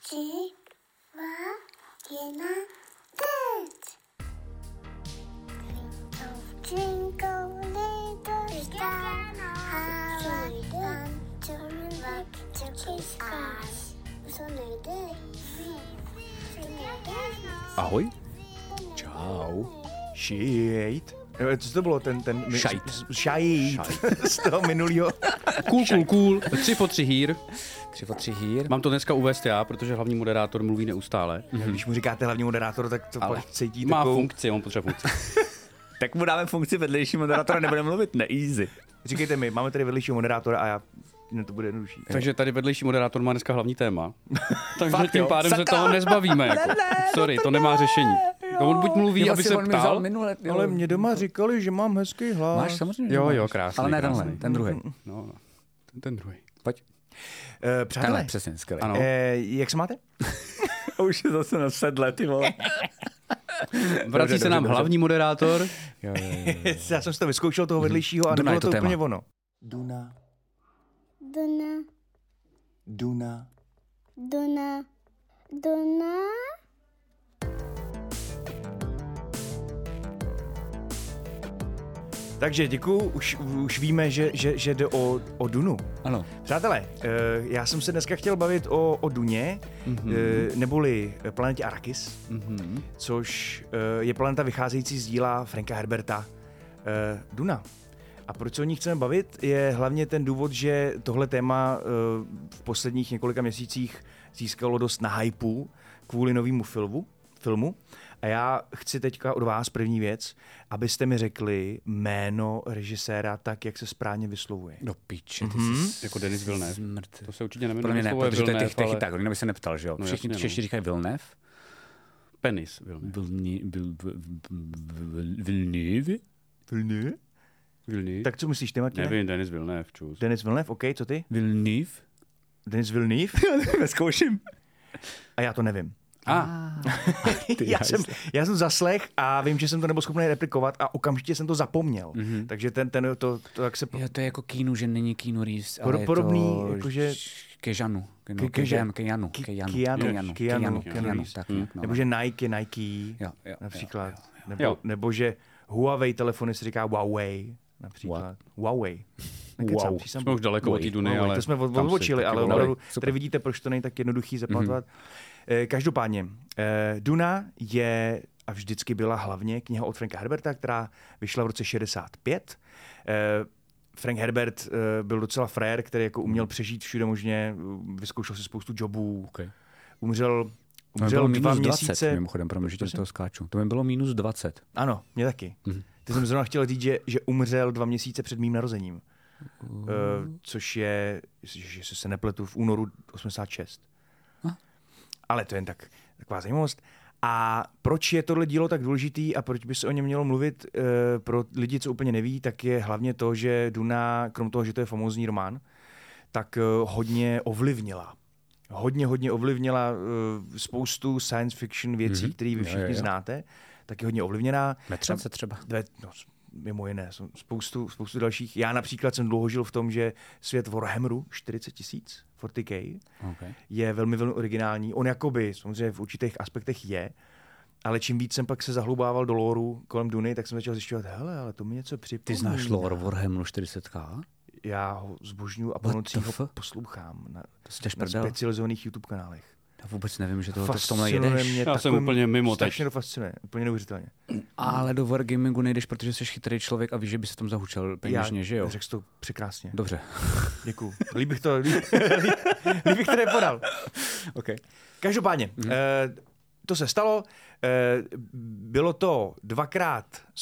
3, 2, 1, teď! Twinkle, little star, how I want to rock to kiss us. Co nejde? Ahoj. Čau. Shit. Co to bylo? Šajt. Z toho minulýho. Cool. 3 for 3 here. 3 for 3 here. Mám to dneska uvést já, protože hlavní moderátor mluví neustále. Když mu říkáte hlavní moderátor, tak to Ale pak cítí má takovou... funkci, on potřebuje funkci. Tak mu dáme funkci vedlejší moderátora, nebudeme mluvit, easy. Říkejte mi, máme tady vedlejšího moderátora a to bude jednodušší. Takže tady vedlejší moderátor má dneska hlavní téma. Takže Fakt, tím jo? pádem se toho nezbavíme. Jako. Sorry, to nemá řešení. On buď mluví, aby se ptal. Ale mě doma říkali, že mám hezký hlas. Máš samozřejmě. Jo, krásný. Ale ne krásný. tenhle, ten druhý. No. Ten druhý. Pojď. Přátelé, Tenhle, přesně, skvělý. Ano. jak se máte? Už je zase na sedle, ty vole. Vrací se nám hlavní moderátor. Jo. Já jsem si to vyzkoušel toho vedlejšího a Duna nebylo je to to téma. úplně ono. Duna, Duna. Duna, Duna. Takže děkuju, už víme, že jde o Dunu. Ano. Přátelé, já jsem se dneska chtěl bavit o Duně, neboli planetě Arrakis, což je planeta vycházející z díla Franka Herberta Duna. A proč se o ní chceme bavit, je hlavně ten důvod, že tohle téma v posledních několika měsících získalo dost na hypeu kvůli novému filmu. A já chci teďka od vás první věc, abyste mi řekli jméno režiséra tak, jak se správně vyslovuje. Do piče, ty jsi Jako Denis Villeneuve. zmrt. To se určitě Podle mě nemenuje ne, protože to je Villeneuve, těch ale tak, nikdo by se neptal, že jo? No, Všichni jasně, Češi říkají Villeneuve. Penis Villeneuve. Villeneuve? Villeneuve? Tak co myslíš ty, Martine? Nevím, Denis Villeneuve, čus. Denis Villeneuve, OK, co ty? Villeneuve? Denis Villeneuve? Zkouším. A já to nevím. Ty Já jsem zaslech a vím, že jsem to nebyl schopný replikovat a okamžitě jsem to zapomněl. Takže to jak se... Jo, to je jako Keanu, že není Keanu Reeves, ale Podobný, je to jakože... Kejanu. Keanu Reeves. Tak, Nebo že Nike je Nike, Jo, například. Jo. Nebo že Huawei telefony se říká Huawei, například. Huawei. Nekecám, Jsme už daleko od té Duny, Huawei, ale... to jsme odbočili, ale opravdu tady vidíte, proč to není tak jednoduchý zapamatovat. Každopádně, Duna je a vždycky byla hlavně kniha od Franka Herberta, která vyšla v roce 65. Frank Herbert byl docela frajer, který jako uměl přežít všude možně, vyzkoušel si spoustu jobů. Okay. Umřel bylo 2 minus 20, měsíce. mimochodem, protože do toho skáču. To mi bylo minus 20. Ano, mě taky. Ty jsem zrovna chtěl říct, že umřel 2 měsíce před mým narozením. Což je, že se nepletu, v únoru 86. Ale to je jen taková zajímavost. A proč je tohle dílo tak důležitý a proč by se o něm mělo mluvit pro lidi, co úplně neví, tak je hlavně to, že Duna, krom toho, že to je famózní román, tak hodně ovlivnila. Hodně ovlivnila spoustu science fiction věcí, které vy všichni znáte. Tak je hodně ovlivněná. Metrace třeba. Mimo jiné, spoustu dalších. Já například jsem dlouho žil v tom, že svět Warhammeru 40 000 40K je velmi originální. On jakoby, samozřejmě v určitých aspektech je, ale čím víc jsem pak se zahloubával do lóru kolem Duny, tak jsem začal zjišťovat, hele, ale to mi něco připomíná. Ty znáš lore Warhammeru 40K? Já ho zbožňuju a po nocích ho poslouchám na specializovaných YouTube kanálech. Já vůbec nevím, že tohle v tomhle jedeš. Já jsem úplně mimo teď. Strašně to fascinuje, úplně neuvěřitelně. Ale do wargamingu nejdeš, protože jsi chytrý člověk a víš, že by se tom zahučel peněžně, že jo? Řekl jsi to překrásně. Dobře. Děkuju. Líb bych to nepodal. Okay. Každopádně, to se stalo. Bylo to 2krát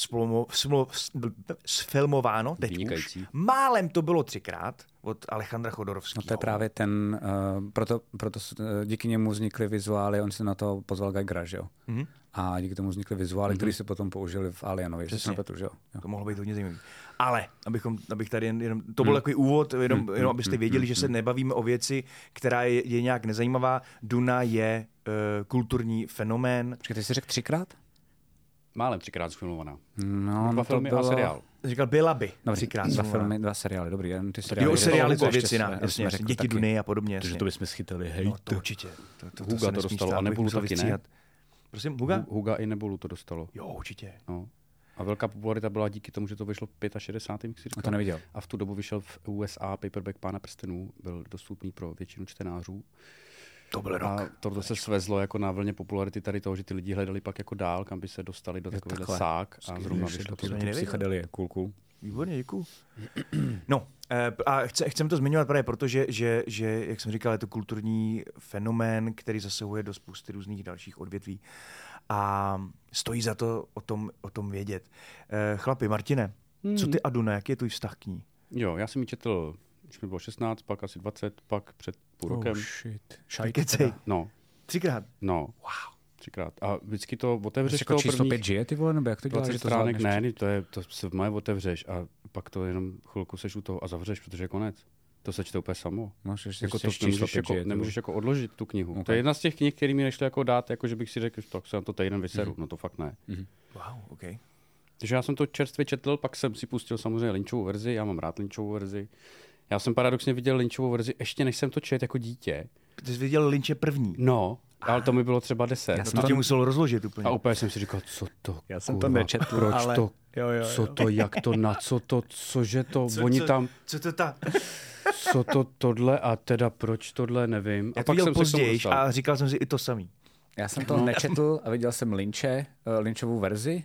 sfilmováno. Teď už. Málem to bylo 3krát od Alejandra Chodorovského. No to je právě ten, proto díky němu vznikly vizuály, on se na to pozval Geigera, že jo? A díky tomu vznikly vizuály, které se potom použili v Alienovi. Přesně. Jo? To mohlo být hodně zajímavý. Ale, abych tady jenom to byl takový úvod, jenom abyste věděli, že se nebavíme o věci, která je nějak nezajímavá. Duna je kulturní fenomén. Počkej, ty jsi řekl 3krát? málem 3krát zfilmovaná. No, Dva filmy a seriál. Říkal, byla by. No, Třikrát. dva filmy, 2 seriály, dobrý. Jen ty seriály. Jo, seriály to je ještě věcina. jsme Jasně, řekli Děti taky. Duny a podobně. Takže Jasně. to bychom schytali, hej. No, to určitě. Huga se to nesmí dostalo, stát, a bych Nebulu musel taky, ne? vystříhat. Prosím, Huga? Huga i Nebulu to dostalo. Jo, určitě. No. A velká popularita byla díky tomu, že to vyšlo v 65. jak si říkal. A to neviděl. A v tu dobu vyšel v USA paperback Pána prstenů, byl dostupný pro většinu čtenářů. To byl rok. A to se svezlo jako na vlně popularity tady toho, že ty lidi hledali pak jako dál, kam by se dostali do takovýhle sák. A zrovna vyšlo to. Psychedelie, cool. Výborně, děkuju. No, a chcem to zmiňovat právě proto, že, jak jsem říkal, je to kulturní fenomén, který zasahuje do spousty různých dalších odvětví. A stojí za to o tom vědět. Chlapi, Martine, co ty a Duna, jaký je tvůj vztah k ní? Jo, já jsem ji četl, když mi bylo 16, pak asi 20, pak před půl rokem. Shit. Kecej. No. 3krát. No. Wow. 3krát. A vždycky to otevřeš Jako toho číslo prvních 5 žije, ty vole, nebo jak to děláš? 20 že to stránek, zvládneš? ne, to se v mé otevřeš a pak to jenom chvilku seš u toho a zavřeš, protože je konec. To se čte úplně samo. No, že Jako to číslo 5 žije. nemůžeš jako odložit tu knihu. Okay. To je jedna z těch knih, který mi nešlo jako dát, jako že bych si řekl, že tak se na to týden vyseru. No to fakt ne. Wow, OK. Takže já jsem to čerstvě četl, pak jsem si pustil samozřejmě Lynchovou verzi, já mám rád Lynchovou verzi. Já jsem paradoxně viděl Lynchovou verzi ještě než jsem to četl jako dítě. Ty jsi viděl Lynche první. No, ale to mi bylo třeba 10. No to tě musel rozložit úplně. A úplně jsem si říkal, co to, Já jsem kurva, to nečetl, proč ale... to, Jo. co to, jak to, na co to, cože to, oni tam, Co to ta? co to tohle a teda proč tohle, nevím. Já A to viděl jsem se k tomu později dostal. a říkal jsem si i to samý. Já jsem to nečetl a viděl jsem Lynchovou verzi.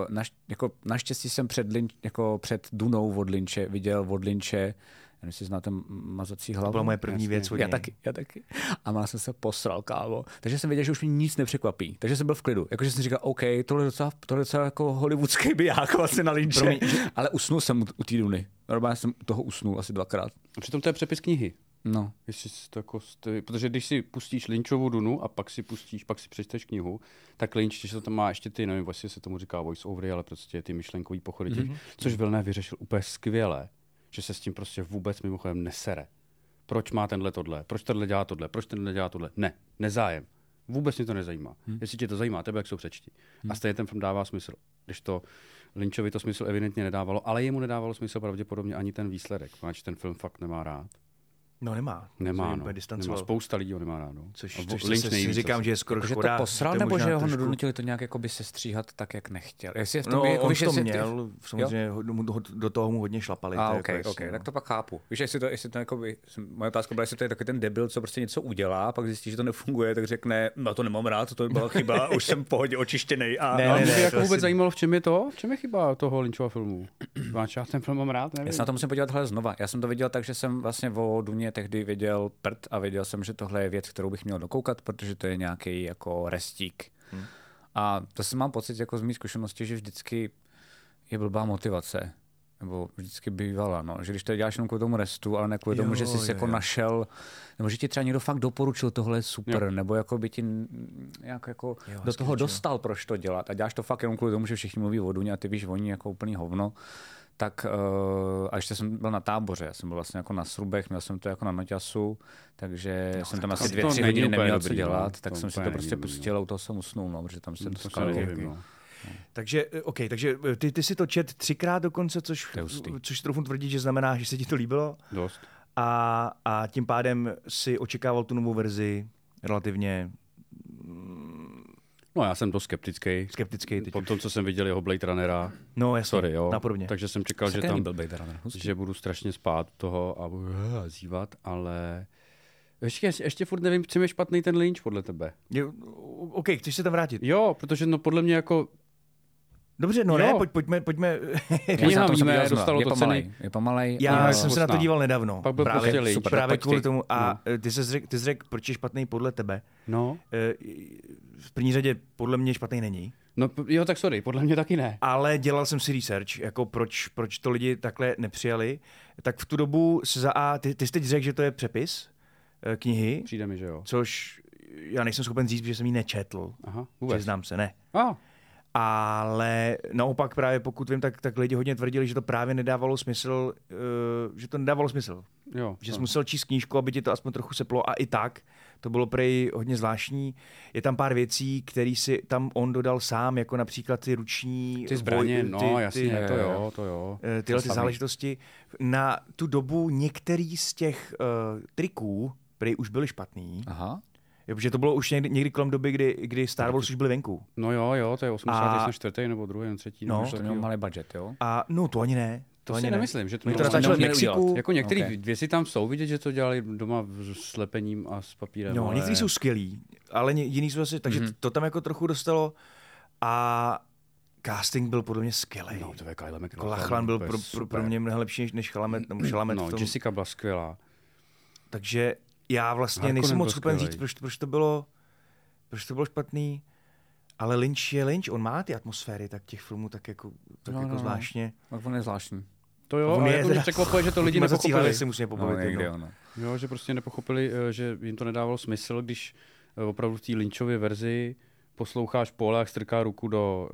Naštěstí jsem před Dunou od Lynche viděl od Lynche, nevím, jestli znáte Mazací hlavu. To byla moje první věc od něj. Já taky. A má jsem se posral, kámo. Takže jsem věděl, že už mě nic nepřekvapí. Takže jsem byl v klidu. Jakože jsem říkal, OK, tohle je docela jako hollywoodský biják vlastně na Lynche. Ale usnul jsem u té Duny. Normálně jsem u toho usnul asi 2krát. A přitom to je přepis knihy. No. Jestli to jako protože když si pustíš Lynchovu Dunu a pak si přečteš knihu, tak Lynch, že to tam má ještě ty, nevím, vlastně se tomu říká voice overy, ale prostě ty myšlenkový pochody, což Villeneuve vyřešil úplně skvěle, že se s tím prostě vůbec mimochodem nesere. Proč má tenhle tohle? Proč tenhle dělá tohle? Proč tenhle dělá tohle? Ne, nezájem. Vůbec mě to nezajímá. Jestli tě to zajímá, tebe jak jsou přečti. A stejně ten film dává smysl. Když to Lynchovi to smysl evidentně nedávalo, ale jemu nedávalo smysl pravděpodobně ani ten výsledek, protože ten film fakt nemá rád. No nemá. Nemá. Spousta lidí ho nemá rád. No. Což si říkám, že je skoro Jako, škoda. Že to posral, nebo že ho nedonutili to nějak jakoby se stříhat tak, jak nechtěl? Jestli je v tom, no, jako, on víš, to měl, samozřejmě do toho mu hodně šlapali. Okay, tak to pak chápu. Víš, jestli to jakoby, moje otázka byla, jestli to je taky ten debil, co prostě něco udělá, pak zjistí, že to nefunguje, tak řekne, no to nemám rád, to byla chyba, už jsem v pohodě očištěnej. A ne, jako vůbec zajímalo, v čem je to? V čem je chyba toho Lynchova filmu? Já ten film mám rád, nevím. Já se na to musím podívat znova. Já jsem to viděl tak, že jsem vlastně o Duně tehdy viděl prd a věděl jsem, že tohle je věc, kterou bych měl dokoukat, protože to je nějaký jako restík. A to si mám pocit jako z mých zkušeností, že vždycky je blbá motivace. Nebo vždycky bývala, no. Že když to děláš jenom kvůli tomu restu, ale ne kvůli tomu, že jsi jako našel, nebo že ti třeba někdo fakt doporučil, tohle je super, nebo jako by ti jako do toho dostal, proč to dělat. A děláš to fakt jenom kvůli tomu, že všichni mluví o Duně a ty víš voní jako úplný hovno. Tak a ještě jsem byl na táboře, já jsem byl vlastně jako na Srubech, měl jsem to jako na Noťasu, takže jsem tam asi 2-3 hodiny neměl co dělat, tak jsem si to prostě pustil a u toho jsem usnul, no, protože tam jsem to skalil. Takže ty si to čet 3krát dokonce, což trochu tvrdí, že znamená, že se ti to líbilo. Dost. A tím pádem si očekával tu novou verzi relativně... No já jsem dost skeptický. Po tom, co jsem viděl jeho Blade Runnera. No jasně, sorry, jo. Napodobně. Takže jsem čekal, že budu strašně spát toho a budu zívat, ale... Ještě furt nevím, čím je špatný ten Lynch podle tebe. OK, chceš se tam vrátit? Jo, protože no podle mě jako... Dobře, no jo. Ne, pojďme. Kniha víme, dostalo to ceny. Je pomalej. Já jsem se na to díval nedávno. Pak byl prostě Lynch. Právě kvůli tomu. A ty jsi řekl, proč je špatný podle tebe. No. V první řadě podle mě špatný není. No jo, tak sorry, podle mě taky ne. Ale dělal jsem si research, jako proč to lidi takhle nepřijali. Tak v tu dobu ty jsi teď řekl, že to je přepis knihy. Přijde mi, že jo. Což já nejsem schopen říct, že jsem ji nečetl. Aha, vůbec. Přiznám se, ne. Ale naopak právě pokud vím, tak lidi hodně tvrdili, že to právě nedávalo smysl, Jo, že jsi musel číst knížku, aby ti to aspoň trochu seplo a i tak To bylo prej hodně zvláštní. Je tam pár věcí, které si tam on dodal sám, jako například ty ruční... Ty zbraně, jasně, to jo. Tyhle ty záležitosti. Na tu dobu některý z těch triků prej už byly špatný. Aha. Jo, protože to bylo už někdy kolem doby, kdy Star Wars už byly venku. No jo, to je 84. nebo 2. nebo 3. No, to měl malý budget, jo? A no, to ani ne. To si nemyslím, že to to natáčeli v Mexiku. Jako některé věci tam jsou vidět, že to dělali doma s lepením a s papírem. No, některý jsou skvělí, ale jiný jsou asi, takže to tam jako trochu dostalo a casting byl podle mě skvělý. No, to je Kyle MacLachlan. Jako Lachlan byl pro mě mnohem lepší než Chalamet v tom. Jessica byla skvělá. Takže já vlastně nejsem moc schopen říct, proč to bylo špatný, ale Lynch je Lynch, on má ty atmosféry, tak těch filmů tak jako zvláštně. Tak on je zvláštní. To jo, ale jako mě překvapuje, že to lidi nepochopili. Si musíme pobavit. Jo, že prostě nepochopili, že jim to nedávalo smysl, když opravdu v té Lynchově verzi posloucháš Paula, jak strká ruku do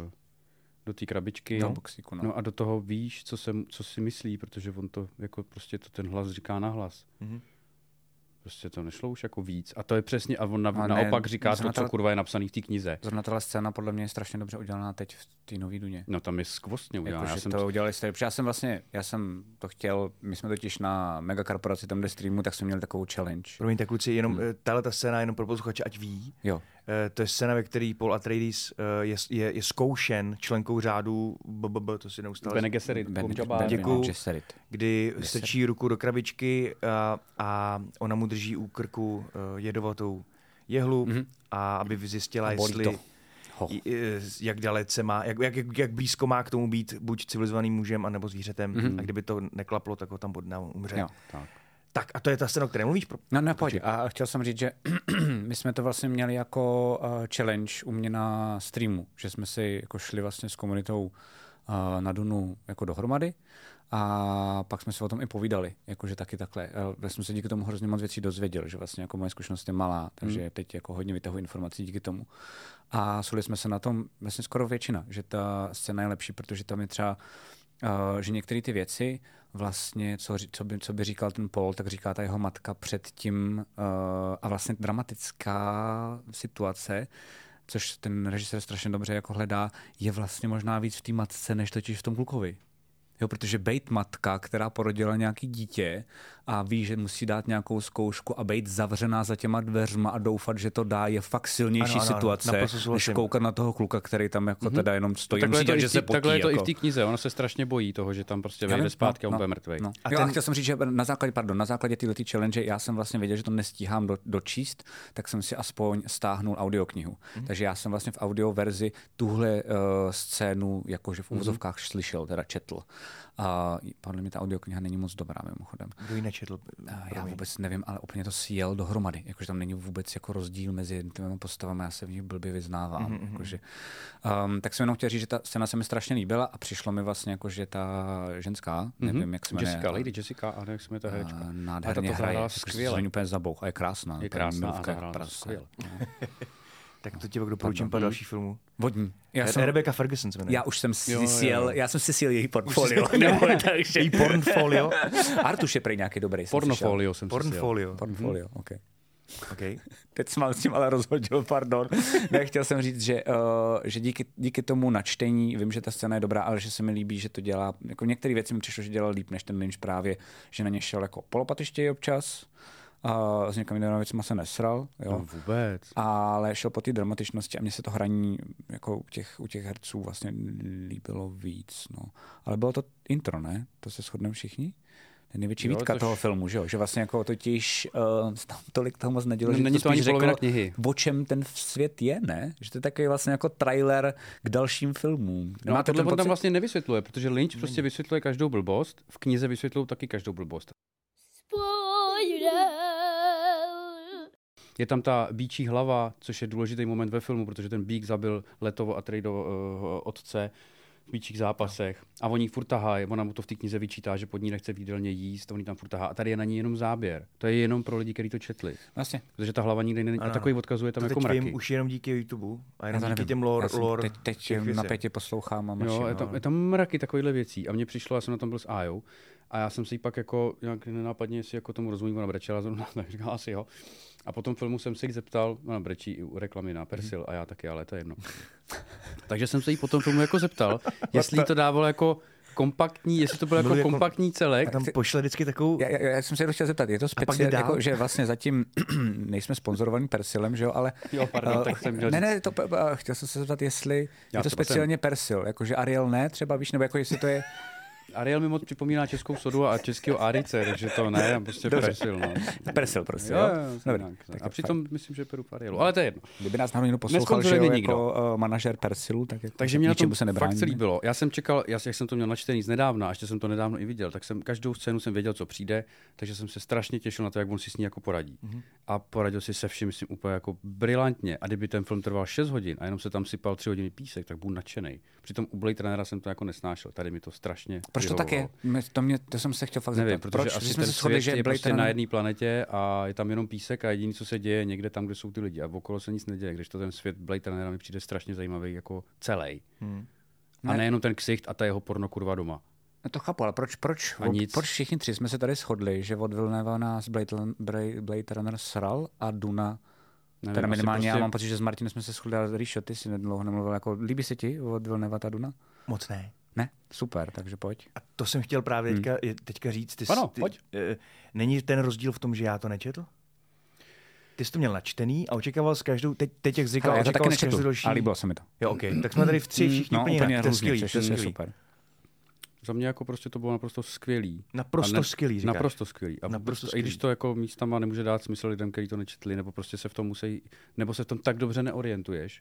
té krabičky. Boxíku, no a do toho víš, co si myslí, protože on to jako prostě to ten hlas říká nahlas. Prostě to nešlo už jako víc. A to je přesně, a on naopak říká to, co kurva je napsaný v té knize. Zrovna tahle scéna podle mě je strašně dobře udělaná teď v té nový Duně. No tam je skvostně udělaná. Jako, to udělali jste, protože já jsem to chtěl, my jsme totiž na megakorporaci tamhle streamu, tak jsme měli takovou challenge. Promiňte kluci, jenom tahle scéna jenom pro posluchače, ať ví. Jo. To je scéna, ve které Paul Atreides je zkoušen členkou řádu to si neustále... Bene Gesserit. Děkuju. Kdy strčí ruku do krabičky a ona mu drží u krku jedovatou jehlu a aby zjistila, jestli jak dalece má, jak blízko má k tomu být buď civilizovaným mužem, anebo zvířetem. A kdyby to neklaplo, tak ho tam umře. Jo, tak a to je ta scéna, o které mluvíš? No, pojď. A chtěl jsem říct, že my jsme to vlastně měli jako challenge u mě na streamu, že jsme si jako šli vlastně s komunitou na Dunu jako dohromady a pak jsme se o tom i povídali, jakože taky takhle. Já jsem se díky tomu hrozně moc věcí dozvěděl, že vlastně jako moje zkušenost je malá, takže teď jako hodně vytahuji informací díky tomu. A shodli jsme se na tom vlastně skoro většina, že ta scéna je lepší, protože tam je třeba že některé ty věci vlastně, co by říkal ten Paul, tak říká ta jeho matka předtím a vlastně dramatická situace, což ten režisér strašně dobře jako hledá, je vlastně možná víc v té matce, než totiž v tom klukovi. Jo, protože bejt matka, která porodila nějaký dítě a ví, že musí dát nějakou zkoušku a bejt zavřená za těma dveřma a doufat, že to dá, je fakt silnější situace, než koukat na toho kluka, který tam jako teda jenom stojí. Takhle je to i v té knize, ona se strašně bojí toho, že tam prostě vejde zpátky a on bude mrtvej. A chtěl jsem říct, že na základě této challenge já jsem vlastně věděl, že to nestíhám dočíst, tak jsem si aspoň stáhnul audioknihu. Takže já jsem vlastně v audioverzi tuhle scénu jakože v uvozovkách slyšel, teda četl. A podle mě ta audiokniha není moc dobrá, mimochodem. Kdo ji nečetl? Já vůbec nevím, ale úplně to sjel dohromady. Jakože tam není vůbec jako rozdíl mezi těmi postavami, já se v nich blbě vyznávám. Jakože, tak jsem jenom chtěl říct, že ta scéna se mi strašně líbila a přišlo mi vlastně jako, že ta ženská, nevím, jak se jmenuje. Lady Jessica, a jak se jmenuje ta herečka. Nádherně hraje, skvěle. Úplně zabouch a je krásná. Je krásná a zahrála skvěle. Tak to ti pak doporučím pár další filmů. Vodní. Rebecca Ferguson se jmenuje. Já jsem si sjel její portfolio. Takže její portfolio. Artuš je prej nějaký dobrý. Portfolio jsem si sjel. Portfolio, okay. Teď jsem s tím ale rozhodil, pardon. Nechtěl jsem říct, že díky tomu načtení, vím, že ta scéna je dobrá, ale že se mi líbí, že to dělá, jako některé věci mi přišlo, že dělal líp než ten Lynch právě, že na ně šel jako polopatištěji občas, a s někam jinými věcma se nesral. Jo. No vůbec. Ale šel po té dramatičnosti a mně se to hraní jako u těch herců vlastně líbilo víc. No. Ale bylo to intro, ne? To se shodneme všichni? Největší výtka toho filmu, že jo? Že vlastně jako totiž tam tolik toho moc nedělo, že není to ani polovina knihy. O čem ten svět je, ne? Že to je takový vlastně jako trailer k dalším filmům. No a tohle on tam vlastně nevysvětluje, protože Lynch prostě vysvětluje každou blbost, v knize vysvětlují taky každou blbost. Je tam ta býčí hlava, což je důležitý moment ve filmu, protože ten býk zabil Letovo a Atreidovo otce v býčích zápasech. A oni furt tahají, ona mu to v té knize vyčítá, že pod ní nechce v jídelně jíst, a oni tam furt tahá. A tady je na ní jenom záběr. To je jenom pro lidi, kteří to četli. Vlastně. Protože ta hlava nikdy není. A takový odkazuje tam to jako mraky. Vím, už jenom díky YouTube a jenom díky těm lore. Teď na pětě poslouchám a mašinu. Jo, je tam mraky takovýchhle věcí. A mně přišlo, já jsem na tom byl s Ajou, a já jsem si pak jako nějak nenápadně si jako tomu rozumím, ona brečela zrovna, tak říkala asi jo. A po tom filmu jsem se jí zeptal, ona brečí i u reklamy na Persil a já taky, ale to je jedno. Takže jsem se jí po tom filmu jako zeptal, jestli jí to dávalo jako kompaktní, jestli to byl jako kompaktní celek. A tam pošle vždycky takovou... Já jsem se chtěl zeptat, je to speciálně, jako, že vlastně zatím nejsme sponzorovaní Persilem, že jo, ale... Jo, pardon, tak jsem měl chtěl jsem se zeptat, jestli je to speciálně Persil, jakože Ariel ne, třeba víš, nebo jako jestli to je... Ariel mi moc připomíná českou sodu a českého Arice, takže to ne, prostě Persil. No. Persil prostě, jo? A přitom myslím, že peru v Arielu, ale to je jedno. Kdyby nás náhodou někdo poslouchal, že jo, jako manažer Persilu, tak jako takže mě na tom fakt se líbilo. Já jsem čekal, jak jsem to měl načtený z nedávna, a ještě jsem to nedávno i viděl, tak jsem každou scénu jsem věděl, co přijde, takže jsem se strašně těšil na to, jak on si s ní jako poradí. A poradil si se vším, myslím, úplně jako brilantně. A kdyby ten film trval 6 hodin a jenom se tam sypal 3 hodiny písek, tak budu nadšenej. Přitom u Blade Runnera jsem to jako nesnášel. Tady mi to strašně Proč to tak je? To jsem se chtěl fakt zeptat. Protože asi ten svět je prostě na jedné planetě a je tam jenom písek a jediné, co se děje, někde tam, kde jsou ty lidi. A okolo se nic neděje, když to ten svět Blade Runnera mi přijde strašně zajímavý jako celý. A nejenom ten ksicht a ta jeho porno kurva doma. No to chápu, ale proč všichni tři jsme se tady shodli, že od Villeneuva nás Blade Runner sral a Duna. Nevím, teda minimálně prostě... já mám pocit, že s Martinem jsme se shodli, ale Ríšo, ty si nedlouho nemluvil, jako líbí se ti od Villeneuva ta Duna? Moc ne. Ne? Super, takže pojď. A to jsem chtěl právě teďka říct. Pojď. Není ten rozdíl v tom, že já to nečetl? Ty jsi to měl načtený a očekával s každou, teď jak jsi říkal, já to taky nečetl, další... a líbilo se mi to. Jo, okay. Tak jsme tady v 3 všichni úplně různě, to je super. Za mě jako prostě to bylo naprosto skvělý. Naprosto skvělý, říkáš. Naprosto skvělý. A i když to jako místama nemůže dát smysl lidem, kteří to nečetli, nebo prostě se v tom musí, nebo se v tom tak dobře neorientuješ.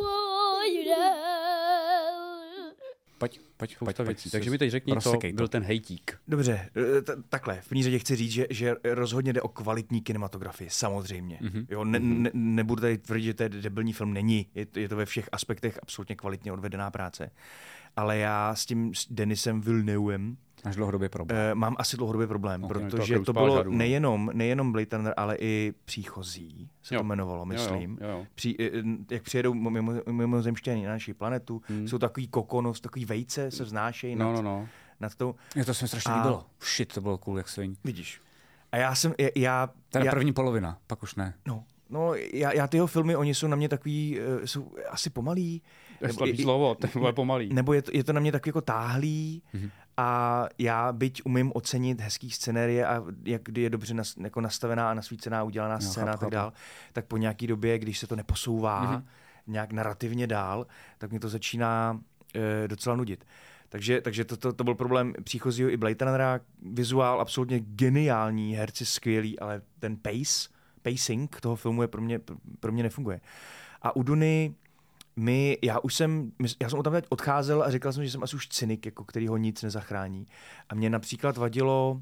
Pojď. Takže mi teď řekni, co byl ten hejtík. Dobře, takhle. V první řadě chci říct, že rozhodně jde o kvalitní kinematografii, samozřejmě. Jo, nebudu tady tvrdit, že to je debilní film, není. Je to ve všech aspektech absolutně kvalitně odvedená práce. Ale já s tím Denisem Villeneuem máš dlouhodobý problém. Mám asi dlouhodobý problém, protože to bylo nejenom Blade Runner, ale i Příchozí, se to jmenovalo, myslím. Jo. Jak přijedou mimozemšťané na naši planetu, jsou takový kokonos, takový vejce se vznášejí nad tou... To se mi strašně líbilo. Shit, to bylo cool, jak sviň. Vidíš. A já jsem... Teda první polovina, pak už ne. No, já tyho filmy, oni jsou na mě takový, jsou asi pomalý. Slabý slovo, to je pomalý. Nebo je to na mě takový jako táhlý a já byť umím ocenit hezký scenérie a jak kdy je dobře jako nastavená a nasvícená, udělaná scéna a tak dál, tak po nějaký době, když se to neposouvá nějak narrativně dál, tak mě to začíná docela nudit. Takže to byl problém Příchozího i Blade Runnera. Vizuál absolutně geniální, herci skvělí, ale ten pacing toho filmu je pro mě nefunguje. A u Duny já jsem tam teď odcházel a říkal jsem, že jsem asi už cynik, jako který ho nic nezachrání. A mě například vadilo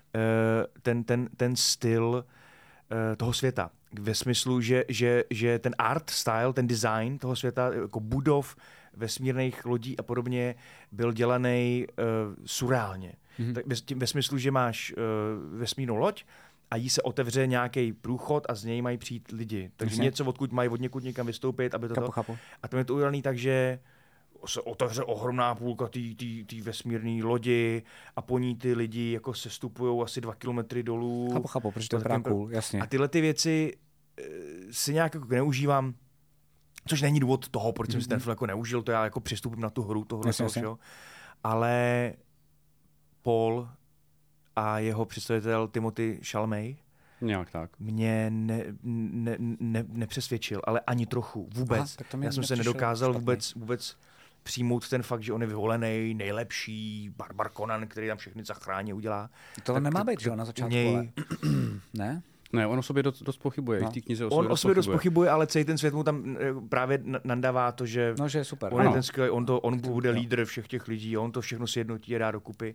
ten styl toho světa. Ve smyslu, že ten art style, ten design toho světa, jako budov, vesmírných lodí a podobně, byl dělaný surreálně. Tak ve smyslu, že máš vesmírnou loď a jí se otevře nějaký průchod a z něj mají přijít lidi. Takže něco, odkud mají od někud někam vystoupit, aby to... Chápu. A to je to udělaný tak, že se otevře ohromná půlka té vesmírné lodi a po ní ty lidi jako sestupujou asi 2 kilometry dolů. Chápu, protože to je právě cool, jasně. A tyhle ty věci si nějak jako neužívám, což není důvod toho, proč jsem si ten film jako neužil, to já jako přistupím na tu hru tohle všeho. Ale Paul a jeho představitel Timothy Chalamet nějak tak. Mě nepřesvědčil, ale ani trochu, vůbec. Já jsem se nedokázal vůbec přijmout ten fakt, že on je vyvolený, nejlepší, Barbar Conan, který tam všechny zachrání, udělá. To nemá být, že na začátku, ale... Ne? Ne, on o sobě dost pochybuje. V té knize on o sobě dost pochybuje, ale celý ten svět mu tam právě nandává to, že že je super. On je ten skvělý, on bude lídr všech těch lidí, on to všechno sjednotí a dá dokupy.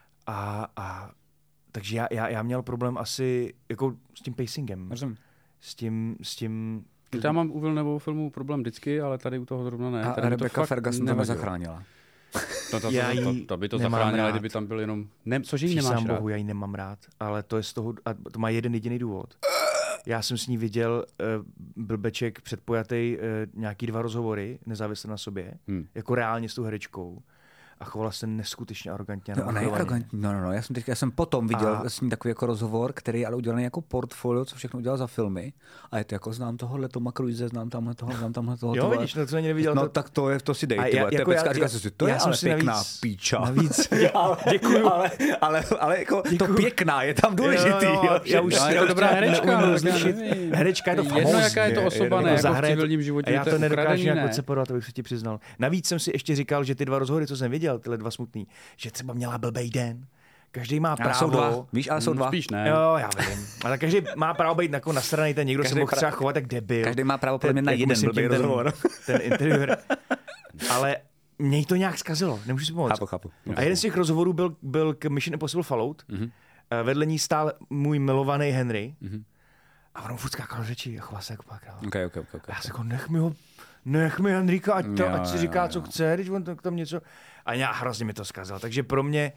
Takže já měl problém asi jako s tím pacingem. S tím já mám u Villeneuvovu filmu problém vždycky, ale tady u toho zrovna ne. A Rebecca Ferguson to nezachránila. To by to zachránila, kdyby tam byl jenom... Cože jí nemáš rád? Bohu, já ji nemám rád, ale to je z toho... A to má jeden jediný důvod. Já jsem s ní viděl blbeček předpojatý nějaký 2 rozhovory, nezávisle na sobě, jako reálně s tou herečkou. a chovala se neskutečně arrogantně. No, ona je arrogantní. No. Já jsem potom viděl s ní takový jako rozhovor, který ale udělaný jako portfolio, co všechno udělal za filmy. A je to jako znám tohle Toma Cruise, znám tamhle toho. Jo, vidíš, no to jsem neviděl. No tak to si dej, to je ale pěkná píča. Navíc, děkuju. Ale jako to pěkná je tam důležitý. Já už je to dobrá herečka. Herečka je to famózní. Jedno, jaká je to osoba, ne, jako v civilním životě. Já to nedokážu nějak odseparovat, abych se ti přiznal. Navíc jsem si ještě říkal, že ty 2 rozhovory, co jsem viděl, tyhle 2 smutný, že třeba měla blbej den. Každý má právo. Jsou 2. Víš, ale jsou 2. Spíš ne. Jo, já vím. Ale každý má právo být jako nasranej, ten někdo se mohl třeba chovat tak debil. Každý má právo podle mě na jeden blbej rozhovor. Ten interiér. Ale mě to nějak zkazilo, nemůžu si pomoct. Chápu. A jeden z těch rozhovorů byl k Mission Impossible Fallout. Vedle ní stál můj milovaný Henry. A on furt skákal řeči a choval se jako pak. Okay. Já se jako nech mi Henrika, ať si říká, co chce, když on tam něco. A já hrozně mi to zkazil. Takže pro mě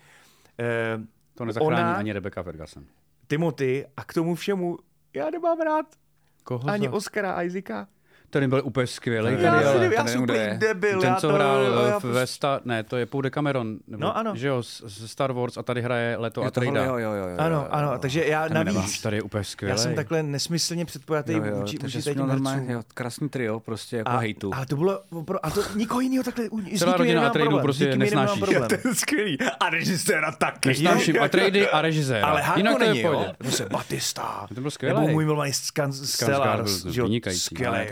to nezachrání ani Rebecca Ferguson. Timothy a k tomu všemu já nemám rád Koho ani Oscara Isaaca. Ten byl úplně skvělý. Já jsem úplně debil. Ten, co hrál ne, to je Paul Decameron, nebo, že jo, z Star Wars a tady hraje Leto Atreida. Jo. Ano, takže já navíc. Tady je úplně skvělý. Já jsem takhle nesmyslně předpojatý vůči těm hercům. Krásný trio, prostě jako hejtu. Ale to bylo, a to nikoho jiného takhle, celá rodina Atreidů prostě nesnáší. To je skvělý. A režiséra taky. Nesnáším Atreidy a režiséra. Ale Hanko není, jo. To se Batista. To byl skvělý. Nebo můj milovaný Stellars. Skvělý.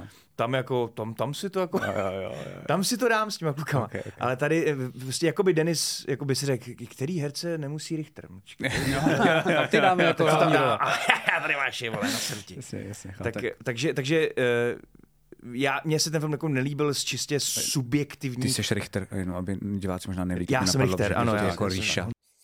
Tam si to jako, tam si to dám s těma klukama. Okay. Ale tady prostě jakoby Denis, jakoby si řekl, který herce nemusí Richter. A ty dáme jako hlavní role. Tady máš je, vole, na srti. Jasně. Takže mně se ten film jako nelíbil z čistě subjektivní. Ty jsi Richter, jenom aby diváci možná nevěděli. Já jsem Richter, ano. Jako Ríša.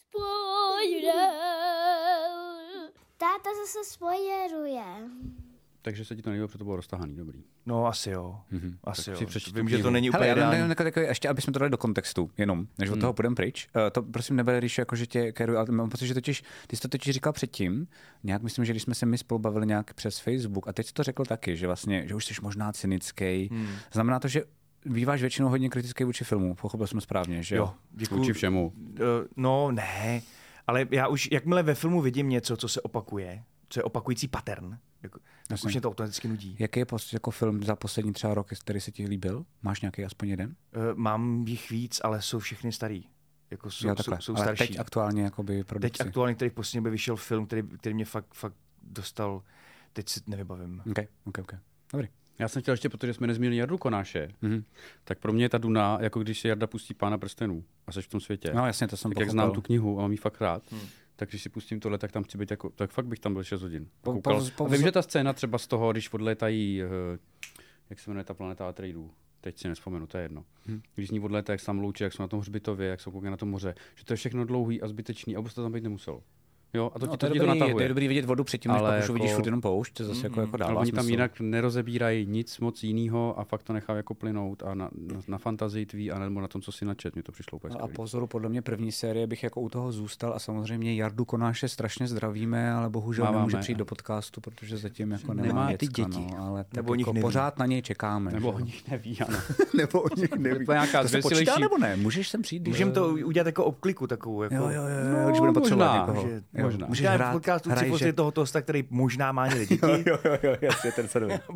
Táta zase spoileruje. Takže se ti to nelíbilo, protože to bylo roztahaný, dobrý. No asi jo. Asi jo. Vím, že to není úplně ideální. Ještě, abychom to dali do kontextu, jenom, než od toho půjdeme pryč. To prosím nebere, Ríšu, jako že tě keruju, ale mám pocit, že ty jsi to totiž říkal předtím, nějak myslím, že když jsme se my spolu bavili nějak přes Facebook, a teď jsi to řekl taky, že vlastně, že už jsi možná cynický. Znamená to, že býváš většinou hodně kritický vůči filmu, pochopil jsem správně, že jo? Vůči všemu. No ne, ale já už, jakmile ve filmu vidím něco, co se opakuje, co je opakující pattern, tak už mě to automaticky nudí. Jaký je jako film za poslední třeba rok, který se ti líbil? Máš nějaký aspoň jeden? Mám jich víc, ale jsou všechny starý. Jako jsou ale starší. teď aktuálně jakoby produkci. Teď aktuálně, který v poslední době vyšel film, který mě fakt dostal, teď si nevybavím. Okay. Dobrý. Já jsem chtěl ještě, protože jsme nezmínili Jardu Konáše, tak pro mě je ta Duna, jako když si Jarda pustí Pána prstenů a seš v tom světě. No jasně, to jsem tak jak znám tu knihu a mám ji fakt rád, tak když si pustím tohle, tak tam chci být jako, tak fakt bych tam byl 6 hodin. A vím, že ta scéna třeba z toho, když odlétají, jak se jmenuje ta planeta Atreidů, teď si nevzpomenu, to je jedno. Když z ní odlétají, jak se tam loučí, jak jsou na tom hřbitově, jak jsou koukali na tom moře, že to je všechno dlouhý a zbytečný a vůbec to tam být nemuselo. Jo, a to ti to natahuje. To je dobrý vidět vodu předtím, než pak už uvidíš furt jenom poušť, to zase jako dává oni smysl. tam jinak nerozebírají nic moc jiného a fakt to nechá jako plynout a na fantazii tvý a nebo na tom, co si načet, mě to přišlo úplně A pozoru, podle mě první série bych jako u toho zůstal a samozřejmě Jardu Konáše strašně zdravíme, ale bohužel nemůže přijít do podcastu, protože zatím jako nemá ty děti. No, ale nebo jako pořád na něj čekáme. Nebo o nich neví, ano. Nebo o nich neví. To se počítá nebo ne? Můžeš sem přijít? Můžeme to udělat jako obkliku takovou. Jako... Jo, když budeme potřebovat někoho. Možná. Můžeš hrát podcastu chci pozdět toho hosta, který možná má někde děti. Jo, jasně, ten se doví.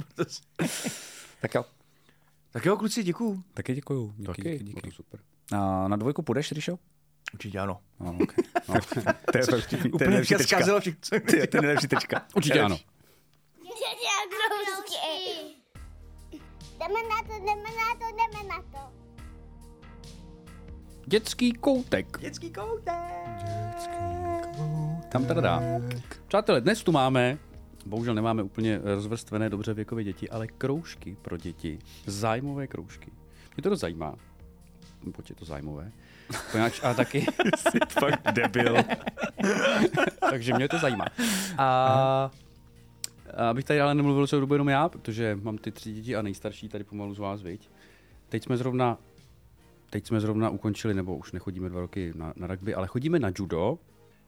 Tak jo, kluci, děkuju. Taky děkuju. Díky. Super. A na 2 půjdeš, Ríšo? Určitě ano. To je nejlepší tečka. To je nejlepší tečka. Určitě ano. Jdeme na to. Dětský koutek. Tam teda dá. Přátelé, dnes tu máme, bohužel nemáme úplně rozvrstvené dobře věkové děti, ale kroužky pro děti. Zájmové kroužky. Mě to dost zajímá. Pojď, je to zájmové. A taky jsi fakt debil. Takže mě to zajímá. A abych tady ale nemluvil celou dobu jenom já, protože mám ty 3 děti a nejstarší tady pomalu z vás, viď. Teď jsme zrovna ukončili, nebo už nechodíme 2 roky na rugby, ale chodíme na judo